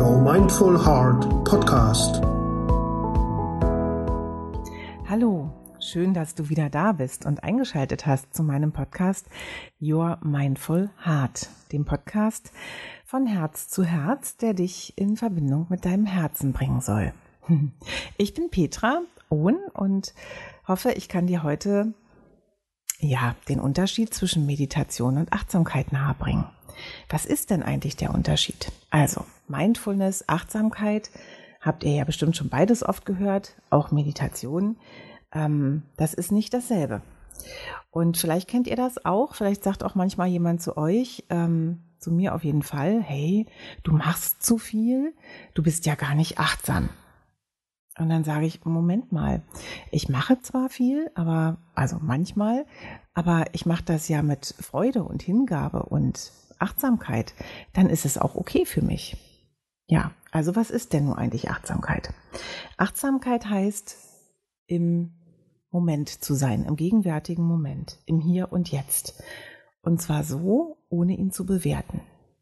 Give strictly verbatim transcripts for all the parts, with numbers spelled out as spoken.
Your Mindful Heart Podcast. Hallo, schön, dass du wieder da bist und eingeschaltet hast zu meinem Podcast Your Mindful Heart, dem Podcast von Herz zu Herz, der dich in Verbindung mit deinem Herzen bringen soll. Ich bin Petra Ohn und hoffe, ich kann dir heute ja den Unterschied zwischen Meditation und Achtsamkeit nahebringen. Was ist denn eigentlich der Unterschied? Also Mindfulness, Achtsamkeit, habt ihr ja bestimmt schon beides oft gehört, auch Meditation, ähm, das ist nicht dasselbe. Und vielleicht kennt ihr das auch, vielleicht sagt auch manchmal jemand zu euch, ähm, zu mir auf jeden Fall, hey, du machst zu viel, du bist ja gar nicht achtsam. Und dann sage ich, Moment mal, ich mache zwar viel, aber also manchmal, aber ich mache das ja mit Freude und Hingabe und Achtsamkeit, dann ist es auch okay für mich. Ja, also was ist denn nun eigentlich Achtsamkeit? Achtsamkeit heißt, im Moment zu sein, im gegenwärtigen Moment, im Hier und Jetzt. Und zwar so, ohne ihn zu bewerten.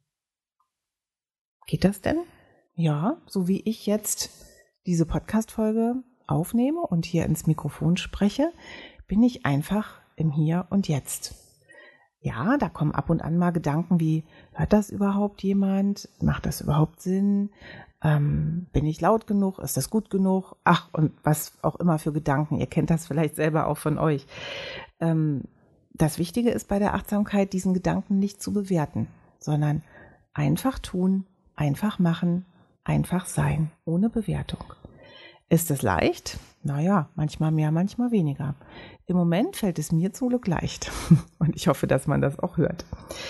Geht das denn? Ja, so wie ich jetzt diese Podcast-Folge aufnehme und hier ins Mikrofon spreche, bin ich einfach im Hier und Jetzt. Ja, da kommen ab und an mal Gedanken wie, hört das überhaupt jemand? Macht das überhaupt Sinn? Ähm, bin ich laut genug? Ist das gut genug? Ach, und was auch immer für Gedanken. Ihr kennt das vielleicht selber auch von euch. Ähm, das Wichtige ist bei der Achtsamkeit, diesen Gedanken nicht zu bewerten, sondern einfach tun, einfach machen, einfach sein, ohne Bewertung. Ist es leicht? Naja, manchmal mehr, manchmal weniger. Im Moment fällt es mir zum Glück leicht. Und ich hoffe, dass man das auch hört.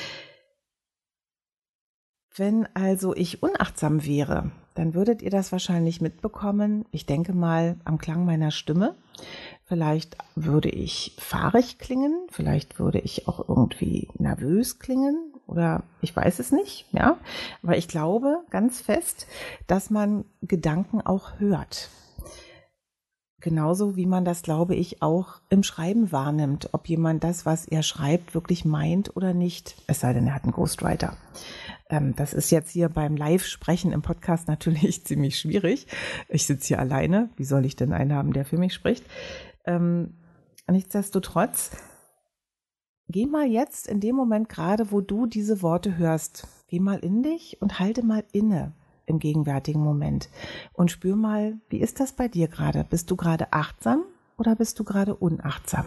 Wenn also ich unachtsam wäre, dann würdet ihr das wahrscheinlich mitbekommen. Ich denke mal am Klang meiner Stimme. Vielleicht würde ich fahrig klingen, vielleicht würde ich auch irgendwie nervös klingen oder ich weiß es nicht, ja. Aber ich glaube ganz fest, dass man Gedanken auch hört. Genauso wie man das, glaube ich, auch im Schreiben wahrnimmt, ob jemand das, was er schreibt, wirklich meint oder nicht. Es sei denn, er hat einen Ghostwriter. Ähm, das ist jetzt hier beim Live-Sprechen im Podcast natürlich ziemlich schwierig. Ich sitze hier alleine. Wie soll ich denn einen haben, der für mich spricht? Ähm, nichtsdestotrotz, geh mal jetzt in dem Moment gerade, wo du diese Worte hörst, geh mal in dich und halte mal inne im gegenwärtigen Moment und spür mal, wie ist das bei dir gerade? Bist du gerade achtsam oder bist du gerade unachtsam?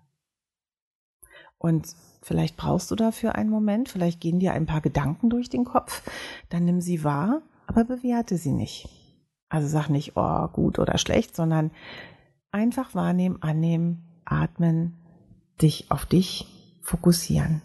Und vielleicht brauchst du dafür einen Moment, vielleicht gehen dir ein paar Gedanken durch den Kopf, dann nimm sie wahr, aber bewerte sie nicht. Also sag nicht, oh, gut oder schlecht, sondern einfach wahrnehmen, annehmen, atmen, dich auf dich fokussieren.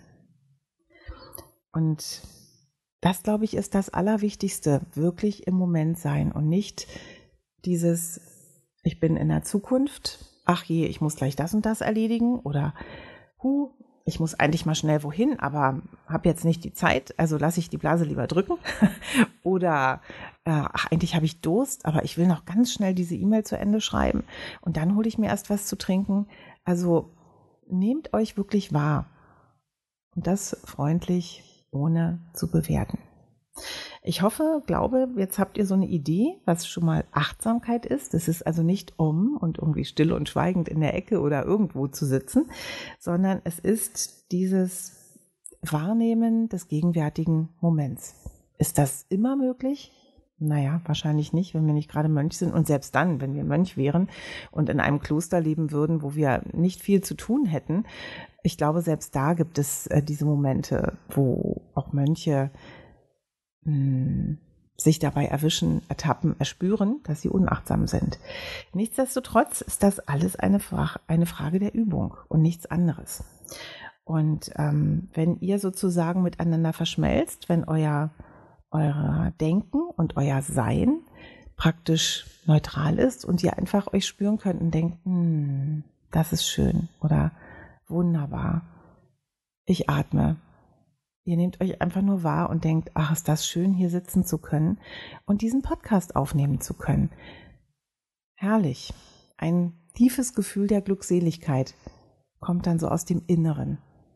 Und das, glaube ich, ist das Allerwichtigste, wirklich im Moment sein und nicht dieses, ich bin in der Zukunft, ach je, ich muss gleich das und das erledigen oder hu, ich muss eigentlich mal schnell wohin, aber habe jetzt nicht die Zeit, also lasse ich die Blase lieber drücken oder äh, ach, eigentlich habe ich Durst, aber ich will noch ganz schnell diese E-Mail zu Ende schreiben und dann hole ich mir erst was zu trinken. Also nehmt euch wirklich wahr und das freundlich, ohne zu bewerten. Ich hoffe, glaube, jetzt habt ihr so eine Idee, was schon mal Achtsamkeit ist. Das ist also nicht um und irgendwie still und schweigend in der Ecke oder irgendwo zu sitzen, sondern es ist dieses Wahrnehmen des gegenwärtigen Moments. Ist das immer möglich? Naja, wahrscheinlich nicht, wenn wir nicht gerade Mönch sind. Und selbst dann, wenn wir Mönch wären und in einem Kloster leben würden, wo wir nicht viel zu tun hätten, ich glaube, selbst da gibt es äh, diese Momente, wo auch Mönche mh, sich dabei erwischen, ertappen, erspüren, dass sie unachtsam sind. Nichtsdestotrotz ist das alles eine, Fra- eine Frage der Übung und nichts anderes. Und ähm, wenn ihr sozusagen miteinander verschmelzt, wenn euer, euer Denken und euer Sein praktisch neutral ist und ihr einfach euch spüren könnt und denkt, hm, das ist schön oder wunderbar. Ich atme. Ihr nehmt euch einfach nur wahr und denkt, ach, ist das schön, hier sitzen zu können und diesen Podcast aufnehmen zu können. Herrlich. Ein tiefes Gefühl der Glückseligkeit kommt dann so aus dem Inneren.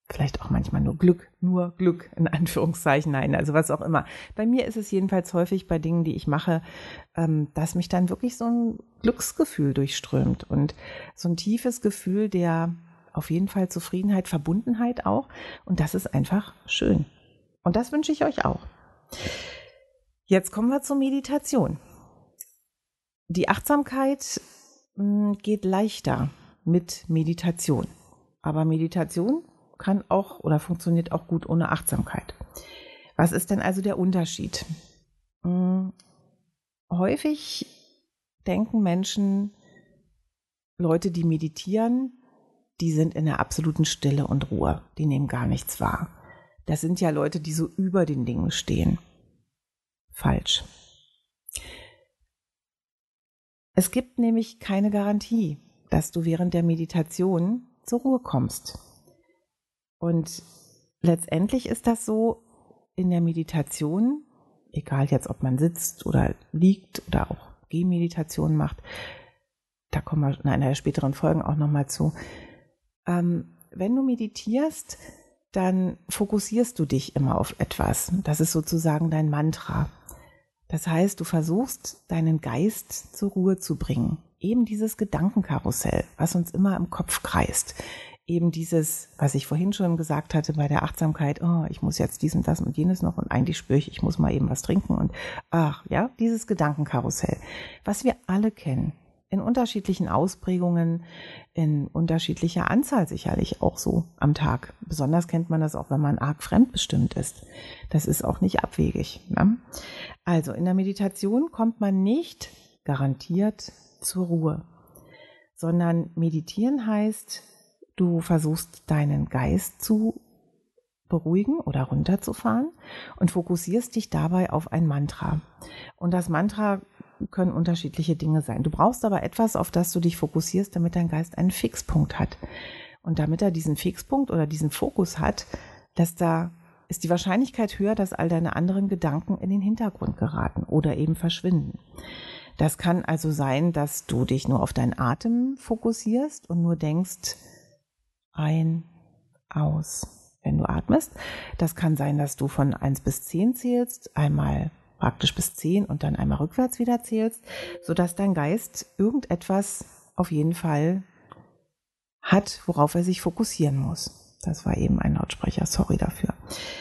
vielleicht auch manchmal nur Glück, nur Glück in Anführungszeichen, nein, also was auch immer. Bei mir ist es jedenfalls häufig bei Dingen, die ich mache, dass mich dann wirklich so ein Glücksgefühl durchströmt und so ein tiefes Gefühl der auf jeden Fall Zufriedenheit, Verbundenheit auch. Und das ist einfach schön. Und das wünsche ich euch auch. Jetzt kommen wir zur Meditation. Die Achtsamkeit mh, geht leichter mit Meditation. Aber Meditation kann auch oder funktioniert auch gut ohne Achtsamkeit. Was ist denn also der Unterschied? Mh, häufig denken Menschen, Leute, die meditieren, die sind in der absoluten Stille und Ruhe. Die nehmen gar nichts wahr. Das sind ja Leute, die so über den Dingen stehen. Falsch. Es gibt nämlich keine Garantie, dass du während der Meditation zur Ruhe kommst. Und letztendlich ist das so, in der Meditation, egal jetzt, ob man sitzt oder liegt oder auch Gehmeditation macht, da kommen wir in einer der späteren Folgen auch nochmal zu. Ähm, wenn du meditierst, dann fokussierst du dich immer auf etwas. Das ist sozusagen dein Mantra. Das heißt, du versuchst, deinen Geist zur Ruhe zu bringen. Eben dieses Gedankenkarussell, was uns immer im Kopf kreist. Eben dieses, was ich vorhin schon gesagt hatte bei der Achtsamkeit, oh, ich muss jetzt dies und das und jenes noch und eigentlich spüre ich, ich muss mal eben was trinken und ach, ja, dieses Gedankenkarussell, was wir alle kennen. In unterschiedlichen Ausprägungen, in unterschiedlicher Anzahl sicherlich auch so am Tag. Besonders kennt man das auch, wenn man arg fremdbestimmt ist. Das ist auch nicht abwegig. Ne? Also in der Meditation kommt man nicht garantiert zur Ruhe, sondern meditieren heißt, du versuchst deinen Geist zu beruhigen oder runterzufahren und fokussierst dich dabei auf ein Mantra. Und das Mantra können unterschiedliche Dinge sein. Du brauchst aber etwas, auf das du dich fokussierst, damit dein Geist einen Fixpunkt hat. Und damit er diesen Fixpunkt oder diesen Fokus hat, dass da ist die Wahrscheinlichkeit höher, dass all deine anderen Gedanken in den Hintergrund geraten oder eben verschwinden. Das kann also sein, dass du dich nur auf deinen Atem fokussierst und nur denkst, ein, aus, wenn du atmest. Das kann sein, dass du von eins bis zehn zählst, einmal praktisch bis zehn und dann einmal rückwärts wieder zählst, sodass dein Geist irgendetwas auf jeden Fall hat, worauf er sich fokussieren muss. Das war eben ein Lautsprecher, sorry dafür.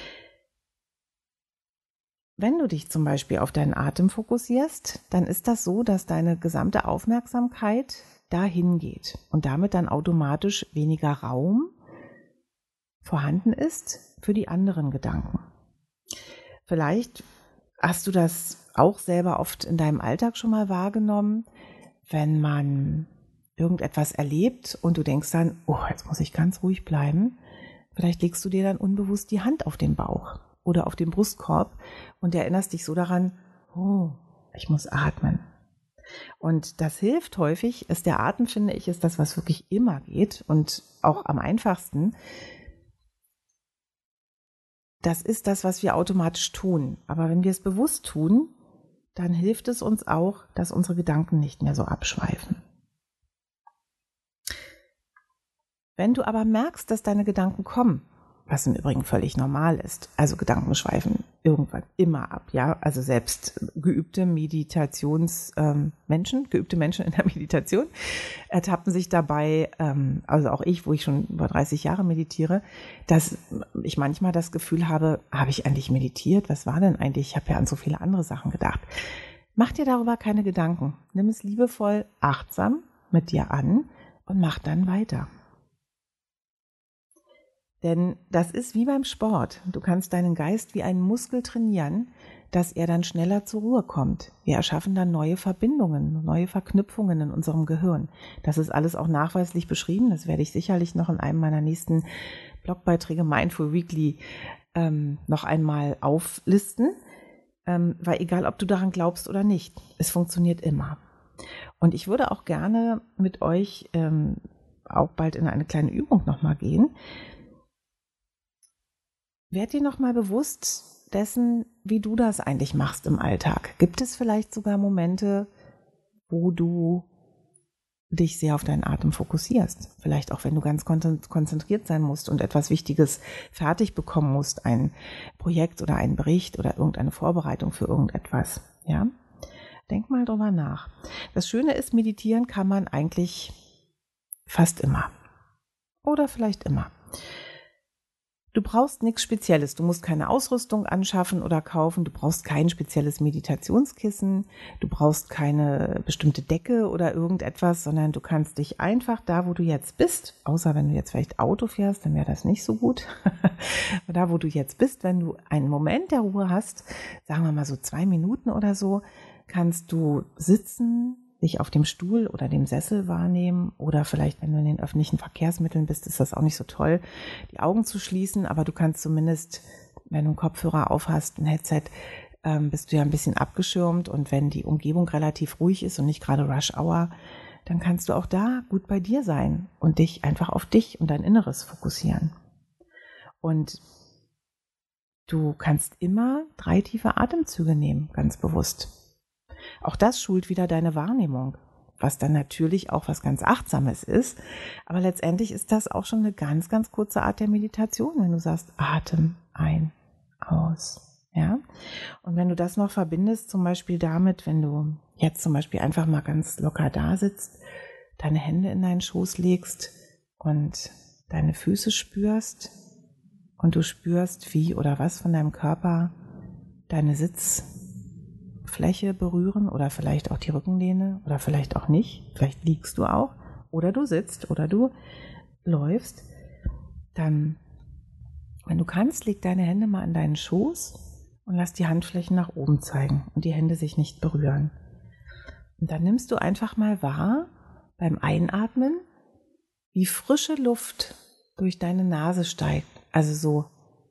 Wenn du dich zum Beispiel auf deinen Atem fokussierst, dann ist das so, dass deine gesamte Aufmerksamkeit dahin geht und damit dann automatisch weniger Raum vorhanden ist für die anderen Gedanken. Vielleicht hast du das auch selber oft in deinem Alltag schon mal wahrgenommen, wenn man irgendetwas erlebt und du denkst dann, oh, jetzt muss ich ganz ruhig bleiben. Vielleicht legst du dir dann unbewusst die Hand auf den Bauch oder auf den Brustkorb und erinnerst dich so daran, oh, ich muss atmen. Und das hilft häufig, ist der Atem, finde ich, ist das, was wirklich immer geht und auch am einfachsten. Das ist das, was wir automatisch tun. Aber wenn wir es bewusst tun, dann hilft es uns auch, dass unsere Gedanken nicht mehr so abschweifen. Wenn du aber merkst, dass deine Gedanken kommen, was im Übrigen völlig normal ist, also Gedanken schweifen irgendwann immer ab, ja, also selbst geübte Meditationsmenschen, ähm, geübte Menschen in der Meditation ertappen sich dabei, ähm, also auch ich, wo ich schon über dreißig Jahre meditiere, dass ich manchmal das Gefühl habe, habe ich eigentlich meditiert? Was war denn eigentlich? Ich habe ja an so viele andere Sachen gedacht. Mach dir darüber keine Gedanken. Nimm es liebevoll, achtsam mit dir an und mach dann weiter. Denn das ist wie beim Sport. Du kannst deinen Geist wie einen Muskel trainieren, dass er dann schneller zur Ruhe kommt. Wir erschaffen dann neue Verbindungen, neue Verknüpfungen in unserem Gehirn. Das ist alles auch nachweislich beschrieben. Das werde ich sicherlich noch in einem meiner nächsten Blogbeiträge Mindful Weekly ähm, noch einmal auflisten. Ähm, weil egal, ob du daran glaubst oder nicht, es funktioniert immer. Und ich würde auch gerne mit euch ähm, auch bald in eine kleine Übung nochmal gehen. Werd dir nochmal bewusst dessen, wie du das eigentlich machst im Alltag. Gibt es vielleicht sogar Momente, wo du dich sehr auf deinen Atem fokussierst. Vielleicht auch, wenn du ganz konzentriert sein musst und etwas Wichtiges fertig bekommen musst, ein Projekt oder einen Bericht oder irgendeine Vorbereitung für irgendetwas. Ja? Denk mal drüber nach. Das Schöne ist, meditieren kann man eigentlich fast immer. Oder vielleicht immer. Du brauchst nichts Spezielles. Du musst keine Ausrüstung anschaffen oder kaufen. Du brauchst kein spezielles Meditationskissen. Du brauchst keine bestimmte Decke oder irgendetwas, sondern du kannst dich einfach da, wo du jetzt bist, außer wenn du jetzt vielleicht Auto fährst, dann wäre das nicht so gut. Da, wo du jetzt bist, wenn du einen Moment der Ruhe hast, sagen wir mal so zwei Minuten oder so, kannst du sitzen, dich auf dem Stuhl oder dem Sessel wahrnehmen oder vielleicht, wenn du in den öffentlichen Verkehrsmitteln bist, ist das auch nicht so toll, die Augen zu schließen, aber du kannst zumindest, wenn du einen Kopfhörer aufhast, ein Headset, ähm, bist du ja ein bisschen abgeschirmt und wenn die Umgebung relativ ruhig ist und nicht gerade Rush Hour, dann kannst du auch da gut bei dir sein und dich einfach auf dich und dein Inneres fokussieren. Und du kannst immer drei tiefe Atemzüge nehmen, ganz bewusst. Auch das schult wieder deine Wahrnehmung, was dann natürlich auch was ganz Achtsames ist. Aber letztendlich ist das auch schon eine ganz, ganz kurze Art der Meditation, wenn du sagst, Atem ein, aus. Ja? Und wenn du das noch verbindest, zum Beispiel damit, wenn du jetzt zum Beispiel einfach mal ganz locker da sitzt, deine Hände in deinen Schoß legst und deine Füße spürst und du spürst, wie oder was von deinem Körper deine Sitz Fläche berühren oder vielleicht auch die Rückenlehne oder vielleicht auch nicht. Vielleicht liegst du auch oder du sitzt oder du läufst. Dann, wenn du kannst, leg deine Hände mal an deinen Schoß und lass die Handflächen nach oben zeigen und die Hände sich nicht berühren. Und dann nimmst du einfach mal wahr beim Einatmen, wie frische Luft durch deine Nase steigt. Also so.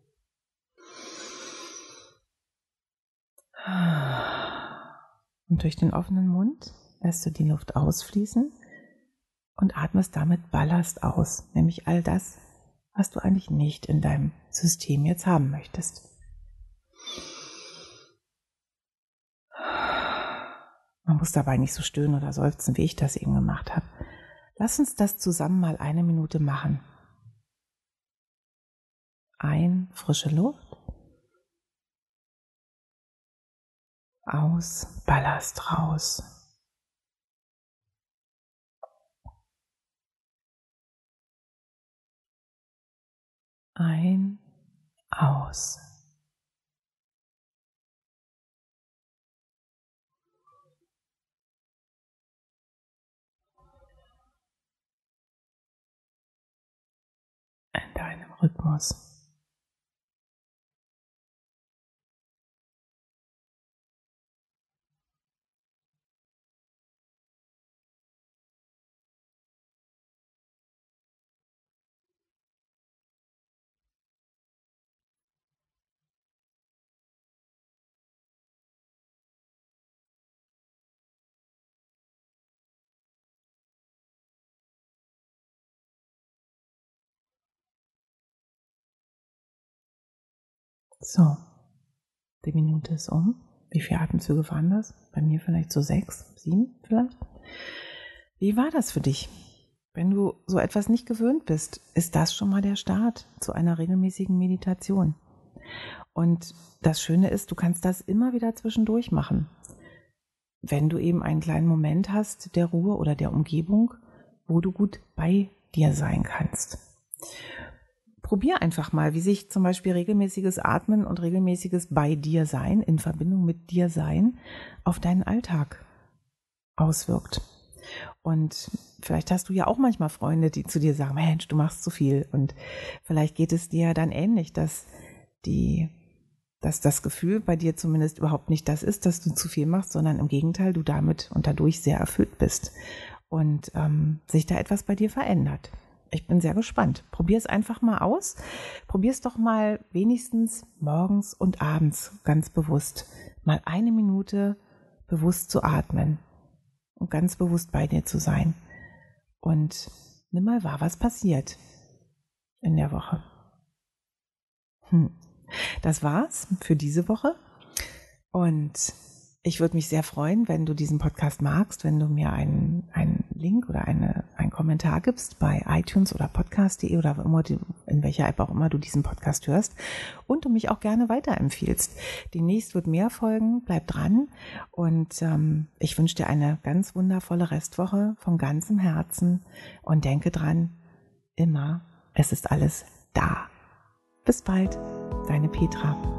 Und durch den offenen Mund lässt du die Luft ausfließen und atmest damit Ballast aus, nämlich all das, was du eigentlich nicht in deinem System jetzt haben möchtest. Man muss dabei nicht so stöhnen oder seufzen, wie ich das eben gemacht habe. Lass uns das zusammen mal eine Minute machen. Ein, frische Luft. Aus, Ballast raus. Ein, aus. In deinem Rhythmus. So, die Minute ist um. Wie viele Atemzüge waren das? Bei mir vielleicht so sechs, sieben vielleicht. Wie war das für dich? Wenn du so etwas nicht gewöhnt bist, ist das schon mal der Start zu einer regelmäßigen Meditation. Und das Schöne ist, du kannst das immer wieder zwischendurch machen. Wenn du eben einen kleinen Moment hast der Ruhe oder der Umgebung, wo du gut bei dir sein kannst. Probier einfach mal, wie sich zum Beispiel regelmäßiges Atmen und regelmäßiges bei dir sein, in Verbindung mit dir sein, auf deinen Alltag auswirkt. Und vielleicht hast du ja auch manchmal Freunde, die zu dir sagen, Mensch, du machst zu viel. Und vielleicht geht es dir dann ähnlich, dass die, dass das Gefühl bei dir zumindest überhaupt nicht das ist, dass du zu viel machst, sondern im Gegenteil, du damit und dadurch sehr erfüllt bist und ähm, sich da etwas bei dir verändert. Ich bin sehr gespannt. Probier es einfach mal aus. Probier es doch mal wenigstens morgens und abends ganz bewusst. Mal eine Minute bewusst zu atmen und ganz bewusst bei dir zu sein. Und nimm mal wahr, was passiert in der Woche. Hm. Das war's für diese Woche. Und ich würde mich sehr freuen, wenn du diesen Podcast magst, wenn du mir ein, ein Link oder eine, einen Kommentar gibst bei iTunes oder podcast punkt de oder immer die, in welcher App auch immer du diesen Podcast hörst und du mich auch gerne weiterempfiehlst. Demnächst wird mehr folgen, bleib dran und ähm, ich wünsche dir eine ganz wundervolle Restwoche von ganzem Herzen und denke dran, immer, es ist alles da. Bis bald, deine Petra.